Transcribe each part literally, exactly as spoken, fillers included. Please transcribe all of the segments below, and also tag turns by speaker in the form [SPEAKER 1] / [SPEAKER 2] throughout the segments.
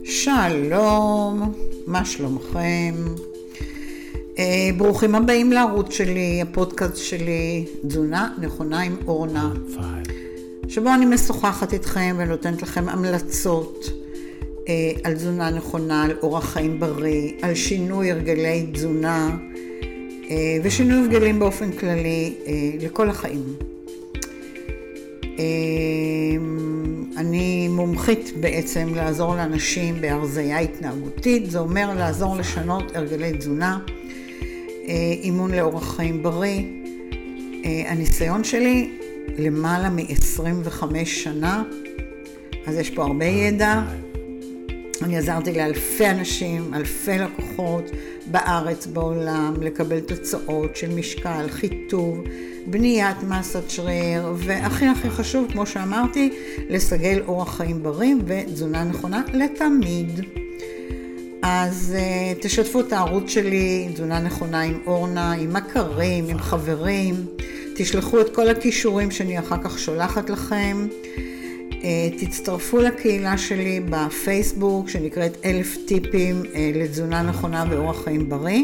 [SPEAKER 1] שלום, מה שלומכם? אה, ברוכים הבאים לערוץ שלי, הפודקאסט שלי, תזונה נכונה עם אורנה, שבו אני משוחחת איתכם ונותנת לכם המלצות אה, על תזונה נכונה, על אורח חיים בריא, על שינוי הרגלי תזונה אה, ושינוי הרגלים באופן כללי אה, לכל החיים. אני מומחית בעצם לעזור לאנשים בהרזיה התנהגותית, זה אומר לעזור לשנות הרגלי תזונה, אימון לאורח חיים בריא. הניסיון שלי למעלה מ-עשרים וחמש שנה, אז יש פה הרבה ידע. אני עזרתי לאלפי אנשים, אלפי לקוחות בארץ, בעולם, לקבל תוצאות של משקל, חיטוב, בניית מסת שריר, והכי הכי חשוב, כמו שאמרתי, לסגל אורח חיים בריא ותזונה נכונה לתמיד. אז uh, תשתפו את הערוץ שלי, תזונה נכונה עם אורנה, עם מכרים, עם חברים, תשלחו את כל הכישורים שאני אחר כך שולחת לכם, uh, תצטרפו לקהילה שלי בפייסבוק שנקראת אלף טיפים uh, לתזונה נכונה ואורח חיים בריא.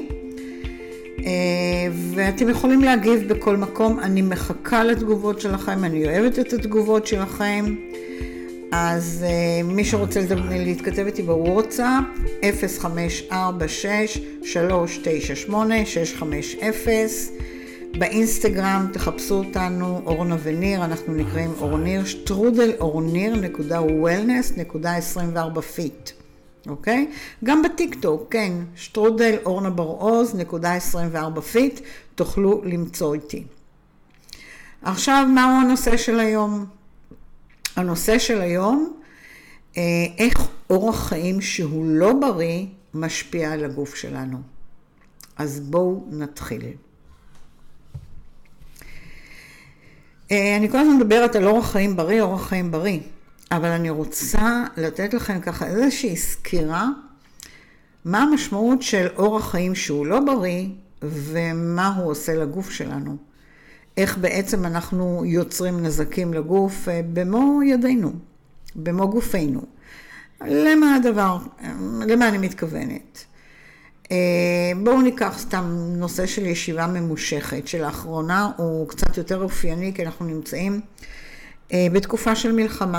[SPEAKER 1] ואתם יכולים להגיב בכל מקום, אני מחכה לתגובות שלכם, אני אוהבת את התגובות שלכם, אז מי שרוצה להתכתב איתי בוואטסאפ, אפס חמש ארבע שש שלוש תשע שמונה שש חמש אפס, באינסטגרם תחפשו אותנו אורנה וניר, אנחנו נקראים אורניר, שטרודל אורניר נקודה וולנס נקודה עשרים וארבע פיט. אוקיי? גם בטיקטוק, כן, שטרודל אורנה בר-עוז נקודה עשרים וארבע פיט, תוכלו למצוא איתי. עכשיו, מהו הנושא של היום? הנושא של היום, איך אורח חיים שהוא לא בריא משפיע על הגוף שלנו. אז בואו נתחיל. אני כל הזמן מדברת על אורח חיים בריא, אורח חיים בריא. אבל אני רוצה לתת לכם ככה איזושהי סקירה, מה המשמעות של אורח חיים שהוא לא בריא, ומה הוא עושה לגוף שלנו. איך בעצם אנחנו יוצרים נזקים לגוף במו ידינו, במו גופנו. למה הדבר, למה אני מתכוונת? בואו ניקח סתם נושא של ישיבה ממושכת, שלאחרונה הוא קצת יותר אופייני, כי אנחנו נמצאים בתקופה של מלחמה.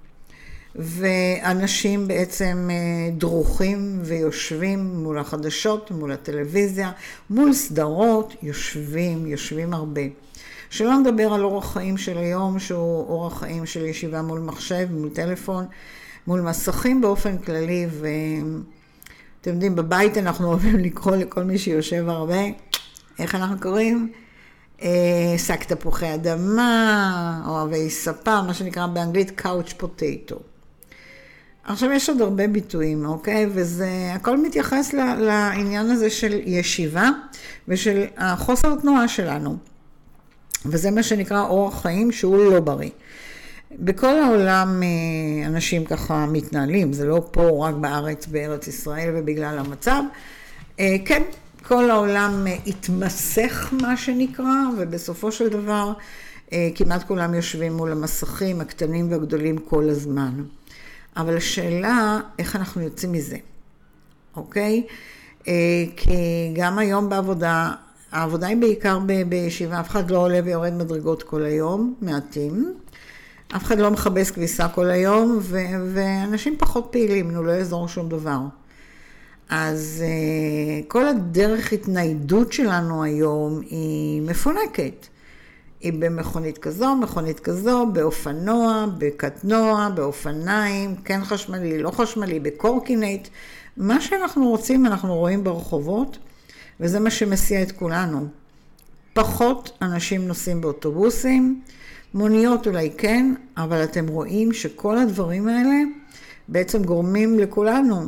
[SPEAKER 1] ואנשים בעצם דרוכים ויושבים מול החדשות, מול הטלוויזיה, מול סדרות, יושבים, יושבים הרבה. שלא נדבר על אורח חיים של היום, שהוא אורח חיים של ישיבה מול מחשב, מול טלפון, מול מסכים באופן כללי, ואתם יודעים, בבית אנחנו אוהבים לקרוא לכל מי שיושב הרבה, איך אנחנו קוראים? שק תפוחי אדמה, אוהבי ספה, מה שנקרא באנגלית couch potato. עכשיו יש עוד הרבה ביטויים, אוקיי? וזה, הכל מתייחס לעניין הזה של ישיבה ושל החוסר תנועה שלנו. וזה מה שנקרא אורח חיים שהוא לא בריא. בכל העולם אנשים ככה מתנהלים, זה לא פה רק בארץ, בארץ ישראל ובגלל המצב. כן, כל העולם התמסך מה שנקרא, ובסופו של דבר כמעט כולם יושבים מול המסכים הקטנים והגדולים כל הזמן. אבל השאלה, איך אנחנו יוצאים מזה, אוקיי? כי גם היום בעבודה, העבודה היא בעיקר בישיבה, אף אחד לא עולה ויורד מדרגות כל היום, מעטים. אף אחד לא מחבס כביסה כל היום, ו- ואנשים פחות פעילים, נו לא יעזור שום דבר. אז כל הדרך התניידות שלנו היום היא מפונקת. היא במכונית כזו, מכונית כזו, באופנוע, בקטנוע, באופניים, כן חשמלי, לא חשמלי, בקורקינט. מה שאנחנו רוצים אנחנו רואים ברחובות, וזה מה שמסיע את כולנו. פחות אנשים נוסעים באוטובוסים, מוניות אולי כן, אבל אתם רואים שכל הדברים האלה בעצם גורמים לכולנו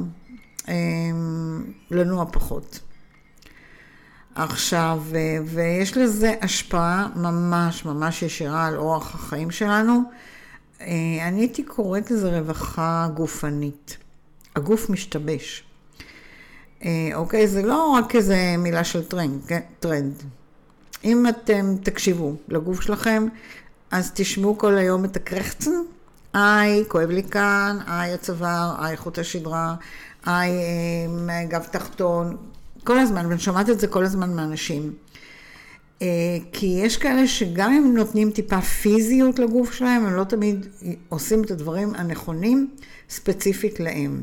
[SPEAKER 1] לנוע פחות. עכשיו, ויש לזה השפעה ממש ממש ישירה על אורח החיים שלנו. אני הייתי קוראת לזה רווחה גופנית. הגוף משתבש. אוקיי, זה לא רק איזה מילה של טרנד, טרנד. אם אתם תקשיבו לגוף שלכם, אז תשמעו כל היום את הקרחצן, איי, כואב לי כאן, איי הצוואר, איי חוט השדרה, איי גב תחתון, כל הזמן, ואני שומעת את זה כל הזמן מאנשים. כי יש כאלה שגם אם נותנים טיפה פיזיות לגוף שלהם, הם לא תמיד עושים את הדברים הנכונים ספציפית להם.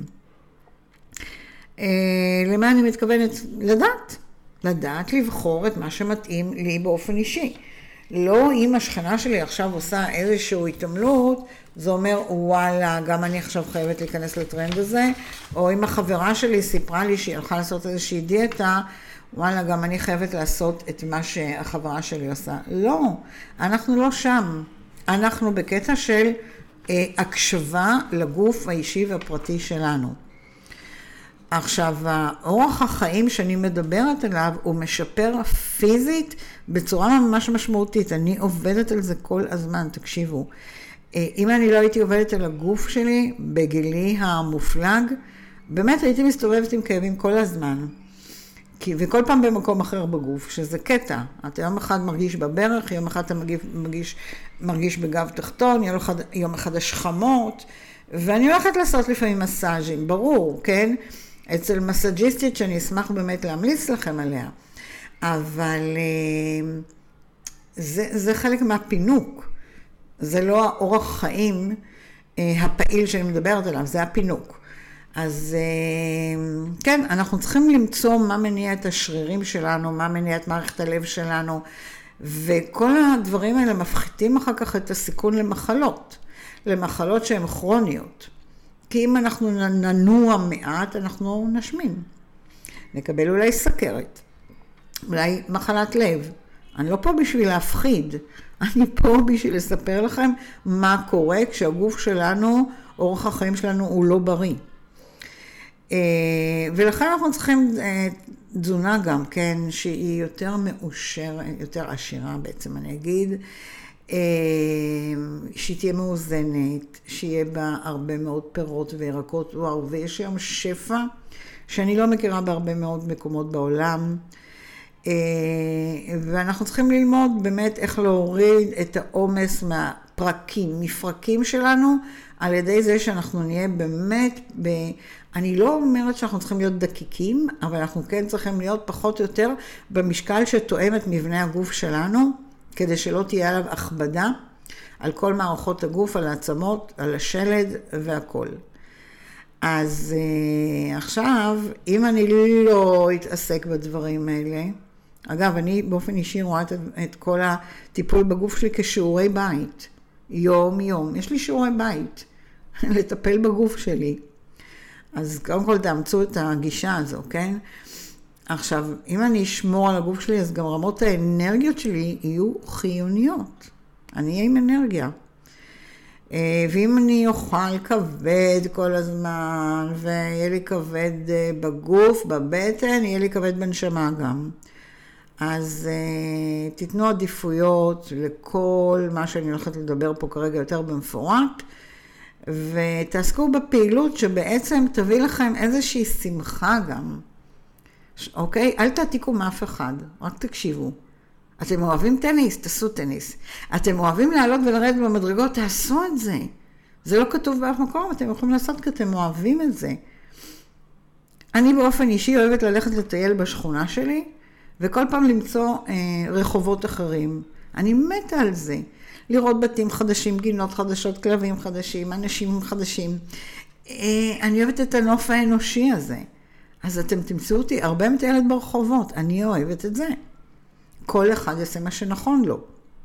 [SPEAKER 1] למה אני מתכוונת? לדעת. לדעת לבחור את מה שמתאים לי באופן אישי. לא אם השכנה שלי עכשיו עושה איזשהו התעמלות, זה אומר וואלה, גם אני עכשיו חייבת להיכנס לטרנד הזה, או אם החברה שלי סיפרה לי שהיא הלכה לעשות איזושהי דיאטה, וואלה, גם אני חייבת לעשות את מה שהחברה שלי עושה. לא, אנחנו לא שם. אנחנו בקטע של אה, הקשבה לגוף האישי והפרטי שלנו. עכשיו, האורח החיים שאני מדברת עליו, הוא משפר פיזית בצורה ממש משמעותית. אני עובדת על זה כל הזמן, תקשיבו. אם אני לא הייתי עובדת על הגוף שלי, בגילי המופלג, באמת הייתי מסתובבת עם כאבים כל הזמן. וכל פעם במקום אחר בגוף, שזה קטע. אתה יום אחד מרגיש בברך, יום אחד אתה מרגיש, מרגיש בגב תחתון, יום אחד, יום אחד השכמות, ואני הולכת לעשות לפעמים מסאז'ים, ברור, כן? אצל מסאג'יסטית שאני אשמח באמת להמליץ לכם עליה. אבל זה, זה חלק מהפינוק. זה לא האורח חיים הפעיל שאני מדברת עליו, זה הפינוק. אז כן, אנחנו צריכים למצוא מה מניע את השרירים שלנו, מה מניע את מערכת הלב שלנו, וכל הדברים האלה מפחיתים אחר כך את הסיכון למחלות, למחלות שהן כרוניות. כי אם אנחנו ננוע מעט, אנחנו נשמין. נקבל אולי סכרת, אולי מחלת לב. אני לא פה בשביל להפחיד, אני פה בשביל לספר לכם מה קורה כשהגוף שלנו, אורח החיים שלנו הוא לא בריא. ולכן אנחנו צריכים תזונה גם, כן, שהיא יותר מאושרת, יותר עשירה בעצם אני אגיד, שהיא תהיה מאוזנת, שיהיה בה הרבה מאוד פירות וירקות, וואו, ויש היום שפע שאני לא מכירה בהרבה מאוד מקומות בעולם, ואנחנו צריכים ללמוד באמת איך להוריד את העומס מהפרקים, מפרקים שלנו, על ידי זה שאנחנו נהיה באמת, ב... אני לא אומרת שאנחנו צריכים להיות דקיקים, אבל אנחנו כן צריכים להיות פחות או יותר במשקל שתואם את מבנה הגוף שלנו, כדי שלא תהיה עליו הכבדה על כל מערכות הגוף, על העצמות, על השלד והכל. אז עכשיו, אם אני לא אתעסק בדברים האלה, אגב, אני באופן אישי רואה את, את כל הטיפול בגוף שלי כשיעורי בית, יום יום. יש לי שיעורי בית לטפל בגוף שלי. אז קודם כל תאמצו את הגישה הזו, כן? עכשיו, אם אני אשמור על הגוף שלי, אז גם רמות האנרגיות שלי יהיו חיוניות. אני אהיה עם אנרגיה. ואם אני אוכל כבד כל הזמן, ויהיה לי כבד בגוף, בבטן, יהיה לי כבד בנשמה גם. אז תתנו עדיפויות לכל מה שאני הולכת לדבר פה כרגע יותר במפורט, ותעסקו בפעילות שבעצם תביא לכם איזושהי שמחה גם. אוקיי? אל תעתיקו מאף אחד, רק תקשיבו. אתם אוהבים טניס? תעשו טניס. אתם אוהבים לעלות ולרדת במדרגות? תעשו את זה. זה לא כתוב באף מקום, אתם יכולים לעשות כי אתם אוהבים את זה. אני באופן אישי אוהבת ללכת לטייל בשכונה שלי, וכל פעם למצוא אה, רחובות אחרים. אני מתה על זה. לראות בתים חדשים, גינות חדשות, כלבים חדשים, אנשים חדשים. אה, אני אוהבת את הנוף האנושי הזה. אז אתם תמצאו אותי הרבה מטיילת ברחובות. אני אוהבת את זה. כל אחד יעשה מה שנכון לו.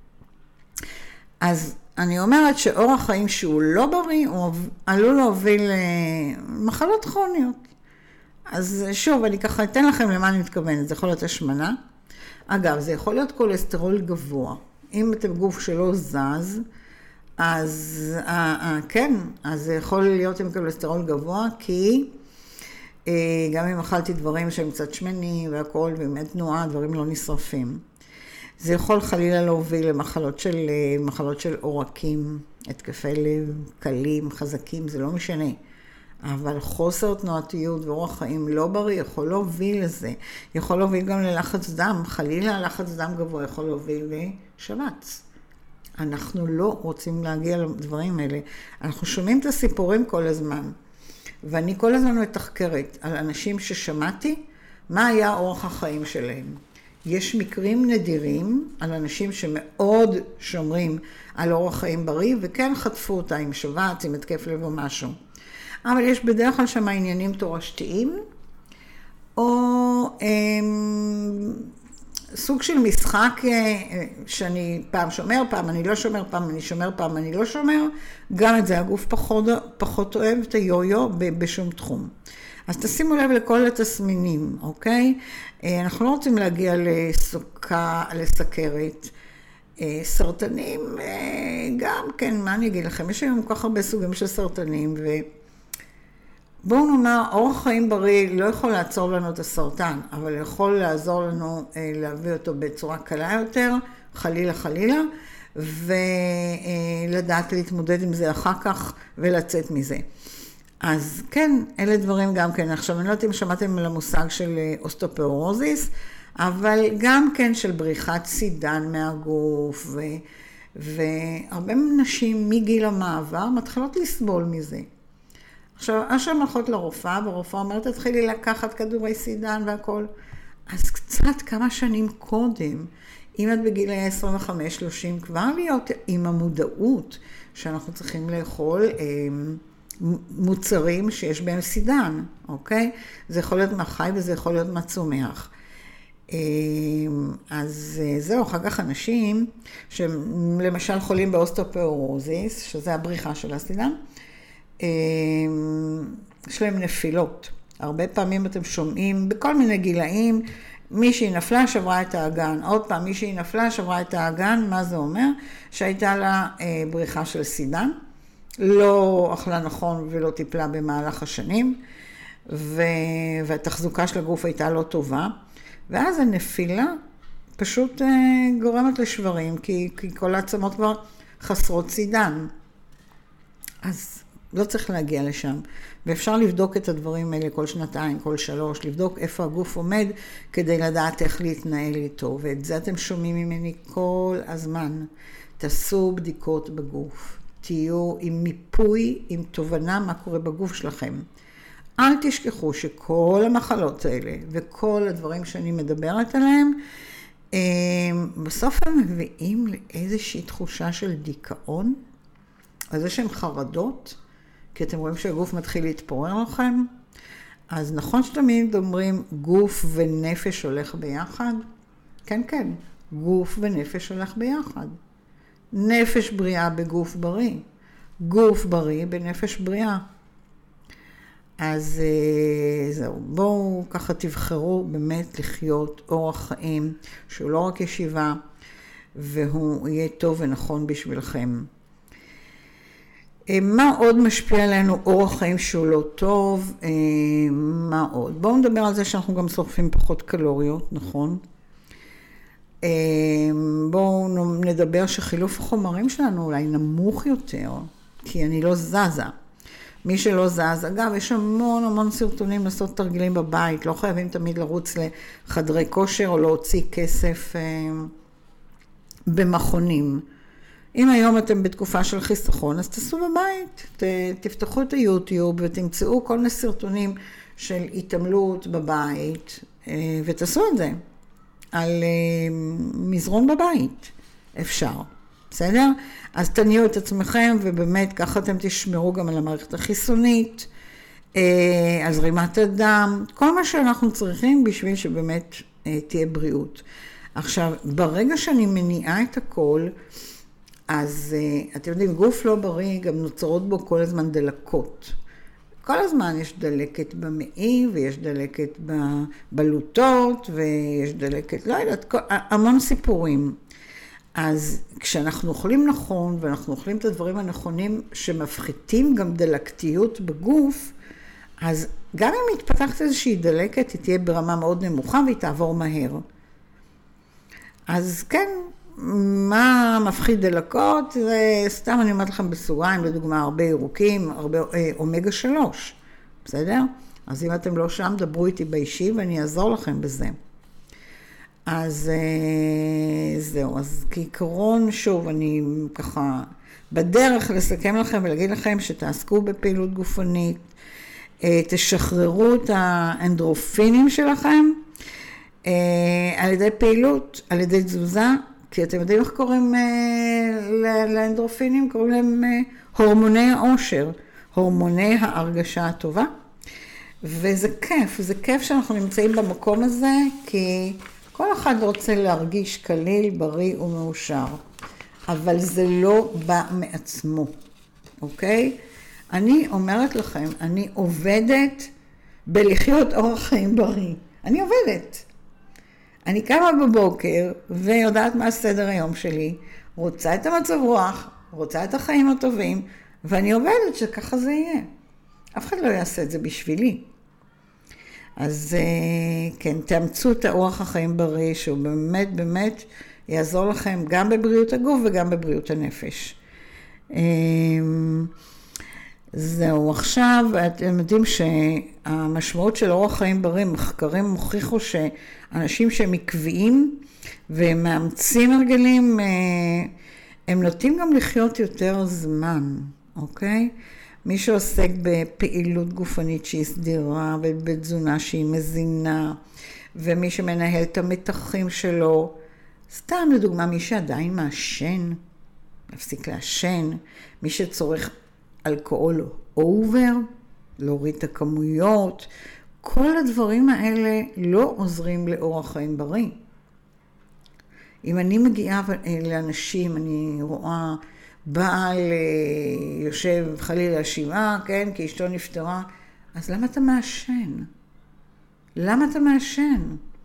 [SPEAKER 1] אז אני אומרת שאורח חיים שהוא לא בריא, הוא עלול להוביל למחלות כרוניות. אז שוב, אני ככה אתן לכם למה אני מתכוונת. זה יכול להיות השמנה. אגב, זה יכול להיות כולסטרול גבוה. אם אתם גוף שלא זז, אז כן, אז זה יכול להיות עם כולסטרול גבוה, כי גם אם אכלתי דברים שהם קצת שמנים והכל, ועם תנועה, דברים לא נשרפים. זה יכול חלילה להוביל למחלות של, מחלות של עורקים, התקפי לב, קלים, חזקים, זה לא משנה. אבל חוסר תנועתיות ואורח חיים לא בריא יכול להוביל לזה. יכול להוביל גם ללחץ דם, חלילה לחץ דם גבוה יכול להוביל לשבץ. אנחנו לא רוצים להגיע לדברים האלה. אנחנו שומעים את הסיפורים כל הזמן, ואני כל הזמן מתחקרת על אנשים ששמעתי, מה היה אורח החיים שלהם. יש מקרים נדירים על אנשים שמאוד שומרים על אורח חיים בריא, וכן חטפו אותה עם שבץ, עם התקף לב או משהו. אבל יש בדרך כלל שם עניינים תורשתיים, או הם, סוג של משחק שאני פעם שומר, פעם אני לא שומר, פעם אני שומר, פעם אני לא שומר. גם את זה הגוף פחות, פחות אוהב את היו-יו בשום תחום. אז תשימו לב לכל התסמינים, אוקיי? אנחנו לא רוצים להגיע לסוכר, לסכרת. סרטנים, גם כן, מה אני אגיד לכם? יש היום כל כך הרבה סוגים של סרטנים, ובואו נאמר, אורח חיים בריא לא יכול לעצור לנו את הסרטן, אבל יכול לעזור לנו להביא אותו בצורה קלה יותר, חלילה חלילה, ולדעת להתמודד עם זה אחר כך ולצאת מזה. אז כן, אלה דברים גם כן. עכשיו, אני לא יודעת אם שמעתם על המושג של אוסטאופורוזיס, אבל גם כן של בריחת סידן מהגוף, ו... והרבה נשים מגיל המעבר מתחילות לסבול מזה. עכשיו, עכשיו הולכות לרופאה, והרופאה אומרת, תתחילי לקחת כדורי סידן והכל. אז קצת כמה שנים קודם, אם את בגיל עשרים וחמש שלושים, כבר להיות עם המודעות שאנחנו צריכים לאכול מוצרים שיש בהם סידן, אוקיי? זה יכול להיות מהחי וזה יכול להיות מהצומח. אז זהו, אחר כך אנשים שלמשל חולים באוסטאופורוזיס, שזה הבריחה של הסידן, יש להם נפילות. הרבה פעמים אתם שומעים בכל מיני גילאים, מישהי נפלה, שברה את האגן. עוד פעם, מישהי נפלה, שברה את האגן. מה זה אומר? שהייתה לה בריחה של סידן, לא אכלה נכון ולא טיפלה במהלך השנים, והתחזוקה של הגוף הייתה לא טובה. ואז הנפילה פשוט גורמת לשברים, כי, כי כל העצמות כבר חסרות סידן. אז לא צריך להגיע לשם. ואפשר לבדוק את הדברים האלה כל שנתיים, כל שלוש, לבדוק איפה הגוף עומד, כדי לדעת איך להתנהל איתו. ואת זה אתם שומעים ממני כל הזמן. תעשו בדיקות בגוף. תהיו עם מיפוי, עם תובנה מה קורה בגוף שלכם. אל תשכחו שכל המחלות האלה וכל הדברים שאני מדברת עליהם, בסוף הם מביאים לאיזושהי תחושה של דיכאון, איזשהם חרדות, כי אתם רואים שהגוף מתחיל להתפורר לכם. אז נכון שתמיד אומרים גוף ונפש הולך ביחד? כן, כן, גוף ונפש הולך ביחד. נפש בריאה בגוף בריא, גוף בריא בנפש בריאה. אז זהו, בואו ככה תבחרו באמת לחיות אורח חיים שהוא לא רק ישיבה, והוא יהיה טוב ונכון בשבילכם. מה עוד משפיע עלינו אורח חיים שהוא לא טוב? מה עוד? בואו נדבר על זה שאנחנו גם שורפים פחות קלוריות, נכון? בואו נדבר שחילוף החומרים שלנו אולי נמוך יותר, כי אני לא זזה. מי שלא זז, אגב, יש המון המון סרטונים לעשות תרגילים בבית, לא חייבים תמיד לרוץ לחדרי כושר או להוציא כסף אה, במכונים. אם היום אתם בתקופה של חיסכון, אז תעשו בבית, ת, תפתחו את היוטיוב ותמצאו כל מיני סרטונים של התעמלות בבית, אה, ותעשו את זה על אה, מזרון בבית, אפשר. בסדר? אז תניעו את עצמכם, ובאמת ככה אתם תשמרו גם על המערכת החיסונית, על זרימת הדם, כל מה שאנחנו צריכים בשביל שבאמת תהיה בריאות. עכשיו, ברגע שאני מניעה את הכל, אז אתם יודעים, גוף לא בריא, גם נוצרות בו כל הזמן דלקות. כל הזמן יש דלקת במעי, ויש דלקת בבלוטות, ויש דלקת, לא יודעת, המון סיפורים. אז כשאנחנו אוכלים נכון, ואנחנו אוכלים את הדברים הנכונים שמפחיתים גם דלקתיות בגוף, אז גם אם מתפתחת איזושהי דלקת, היא תהיה ברמה מאוד נמוכה והיא תעבור מהר. אז כן, מה מפחית דלקות? זה סתם אני אומרת לכם בסוגריים, לדוגמה הרבה ירוקים, הרבה אה, אומגה שלוש, בסדר? אז אם אתם לא שם, דברו איתי באישי ואני אעזור לכם בזה. אז זהו, אז כעיקרון, שוב, אני ככה בדרך לסכם לכם ולהגיד לכם שתעסקו בפעילות גופנית, תשחררו את האנדרופינים שלכם על ידי פעילות, על ידי תזוזה, כי אתם יודעים איך קוראים לאנדרופינים? קוראים להם הורמוני האושר, הורמוני ההרגשה הטובה, וזה כיף, זה כיף שאנחנו נמצאים במקום הזה, כי כל אחד רוצה להרגיש קליל, בריא ומאושר, אבל זה לא בא מעצמו, אוקיי? אני אומרת לכם, אני עובדת בלחיות אורח חיים בריא. אני עובדת. אני קמה בבוקר ויודעת מה הסדר היום שלי, רוצה את המצב רוח, רוצה את החיים הטובים, ואני עובדת שככה זה יהיה. אף אחד לא יעשה את זה בשבילי. אז כן, תאמצו את האורח החיים בריא, שהוא באמת באמת יעזור לכם גם בבריאות הגוף וגם בבריאות הנפש. זהו, עכשיו אתם יודעים שהמשמעות של אורח חיים בריא, מחקרים מוכיחו שאנשים שהם עקביים ומאמצים הרגלים, הם נוטים גם לחיות יותר זמן, אוקיי? מי שעוסק בפעילות גופנית שהיא סדירה ובתזונה שהיא מזינה, ומי שמנהל את המתחים שלו, סתם לדוגמה מי שעדיין מעשן, להפסיק לעשן, מי שצורך אלכוהול אובר, להוריד את הכמויות, כל הדברים האלה לא עוזרים לאורח חיים בריא. אם אני מגיעה לאנשים, אני רואה בעל יושב חלילה שבעה, כן, כי אשתו נפטרה, אז למה אתה מעשן? למה אתה מעשן?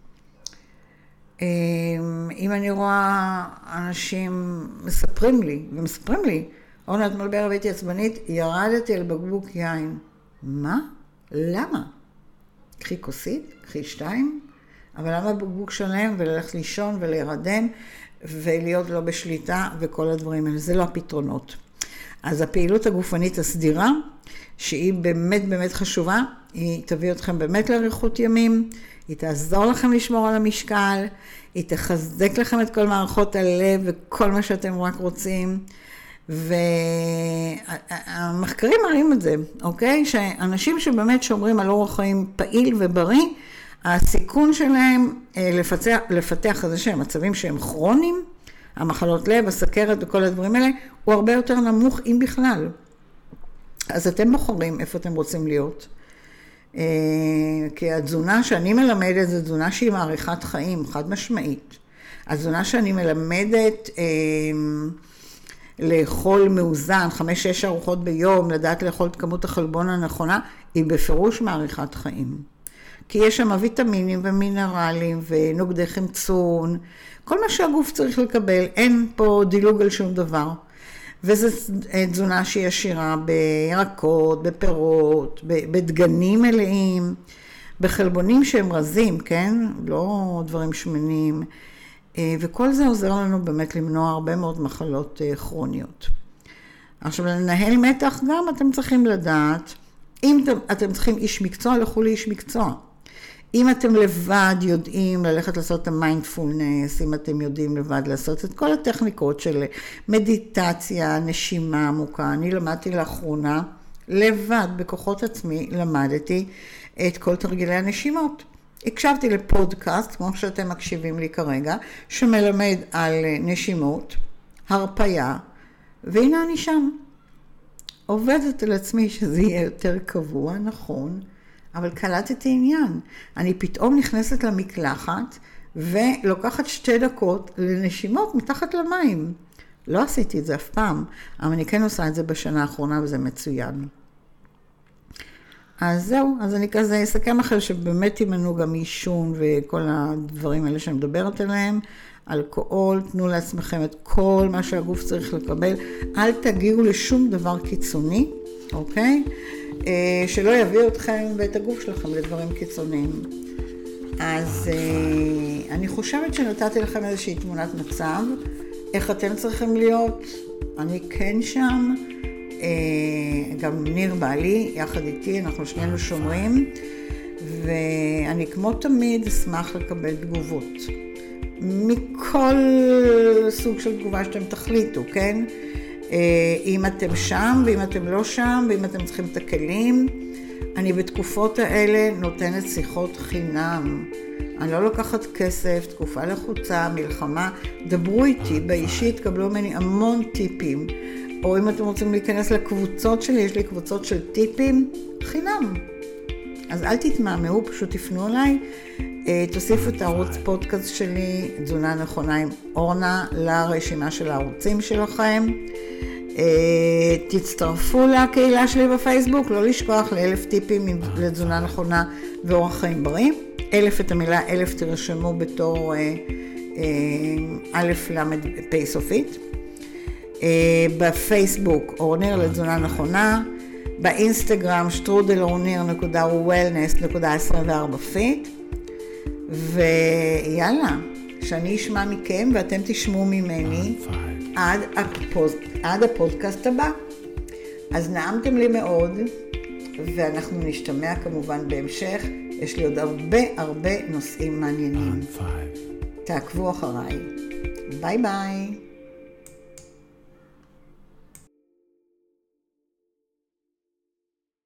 [SPEAKER 1] אם אני רואה אנשים מספרים לי, ומספרים לי, אורנה, אתמול בערב הייתי עצבנית, ירדתי על בקבוק יין. מה? למה? קחי כוסית, קחי שתיים, אבל למה בקבוק שלם וללכת לישון ולהירדם ולהיות לא בשליטה וכל הדברים האלה? זה לא הפתרונות. אז הפעילות הגופנית הסדירה, שהיא באמת באמת חשובה, היא תביא אתכם באמת לאריכות ימים, היא תעזור לכם לשמור על המשקל, היא תחזק לכם את כל מערכות הלב וכל מה שאתם רק רוצים, והמחקרים מראים את זה, אוקיי? שאנשים שבאמת שומרים על אורח חיים פעיל ובריא, הסיכון שלהם לפתח, לפתח איזה שהם מצבים שהם כרוניים, המחלות לב, הסכרת וכל הדברים האלה, הוא הרבה יותר נמוך אם בכלל. אז אתם בוחרים איפה אתם רוצים להיות. כי התזונה שאני מלמדת זו תזונה שהיא מעריכת חיים, חד משמעית. התזונה שאני מלמדת לאכול מאוזן, חמש שש ארוחות ביום, לדעת לאכול את כמות החלבון הנכונה, היא בפירוש מעריכת חיים. כי יש שם ויטמינים ומינרלים ונוגדי חמצון, כל מה שהגוף צריך לקבל, אין פה דילוג על שום דבר. וזו תזונה שהיא עשירה בירקות, בפירות, בדגנים מלאים, בחלבונים שהם רזים, כן? לא דברים שמנים. וכל זה עוזר לנו באמת למנוע הרבה מאוד מחלות כרוניות. עכשיו, לנהל מתח גם אתם צריכים לדעת, אם אתם, אתם צריכים איש מקצוע, לכו לאיש מקצוע. אם אתם לבד יודעים ללכת לעשות את המיינדפולנס, אם אתם יודעים לבד לעשות את כל הטכניקות של מדיטציה, נשימה עמוקה, אני למדתי לאחרונה, לבד בכוחות עצמי למדתי את כל תרגילי הנשימות. הקשבתי לפודקאסט, כמו שאתם מקשיבים לי כרגע, שמלמד על נשימות, הרפיה, והנה אני שם. עובדת על עצמי שזה יהיה יותר קבוע, נכון, אבל קלטתי עניין. אני פתאום נכנסת למקלחת ולוקחת שתי דקות לנשימות מתחת למים. לא עשיתי את זה אף פעם, אבל אני כן עושה את זה בשנה האחרונה וזה מצוין. אז זהו, אז אני כזה אסכם אחר שבאמת תימנו גם עישון וכל הדברים האלה שאני מדברת עליהם, אלכוהול, תנו לעצמכם את כל מה שהגוף צריך לקבל, אל תגיעו לשום דבר קיצוני, אוקיי? אה, שלא יביא אתכם ואת הגוף שלכם לדברים קיצוניים. אז אה, אני חושבת שנתתי לכם איזושהי תמונת מצב, איך אתם צריכים להיות, אני כן שם, גם ניר בעלי, יחד איתי, אנחנו שנינו שומרים, ואני כמו תמיד אשמח לקבל תגובות. מכל סוג של תגובה שאתם תחליטו, כן? אם אתם שם ואם אתם לא שם ואם אתם צריכים את הכלים. אני בתקופות האלה נותנת שיחות חינם. אני לא לוקחת כסף, תקופה לחוצה, מלחמה. דברו איתי באישי, תקבלו ממני המון טיפים. או אם אתם רוצים להיכנס לקבוצות שלי, יש לי קבוצות של טיפים חינם. אז אל תתמהמהו, פשוט תפנו אליי. תוסיפו את הערוץ פודקאסט שלי, תזונה נכונה עם אורנה, לרשימה של הערוצים שלכם. תצטרפו לקהילה שלי בפייסבוק, לא לשכוח לאלף טיפים לתזונה נכונה ואורח חיים בריא. אלף, את המילה אלף תרשמו בתור א' למד פ' סופית. בפייסבוק אורניר לתזונה נכונה. באינסטגרם שטרודל אורניר נקודה וולנס נקודה עשרים וארבע פיט. ויאללה, שאני אשמע מכם ואתם תשמעו ממני עד, הפוד, עד הפודקאסט הבא. אז נעמתם לי מאוד, ואנחנו נשתמע כמובן בהמשך. יש לי עוד הרבה הרבה נושאים מעניינים. תעקבו אחריי. ביי ביי.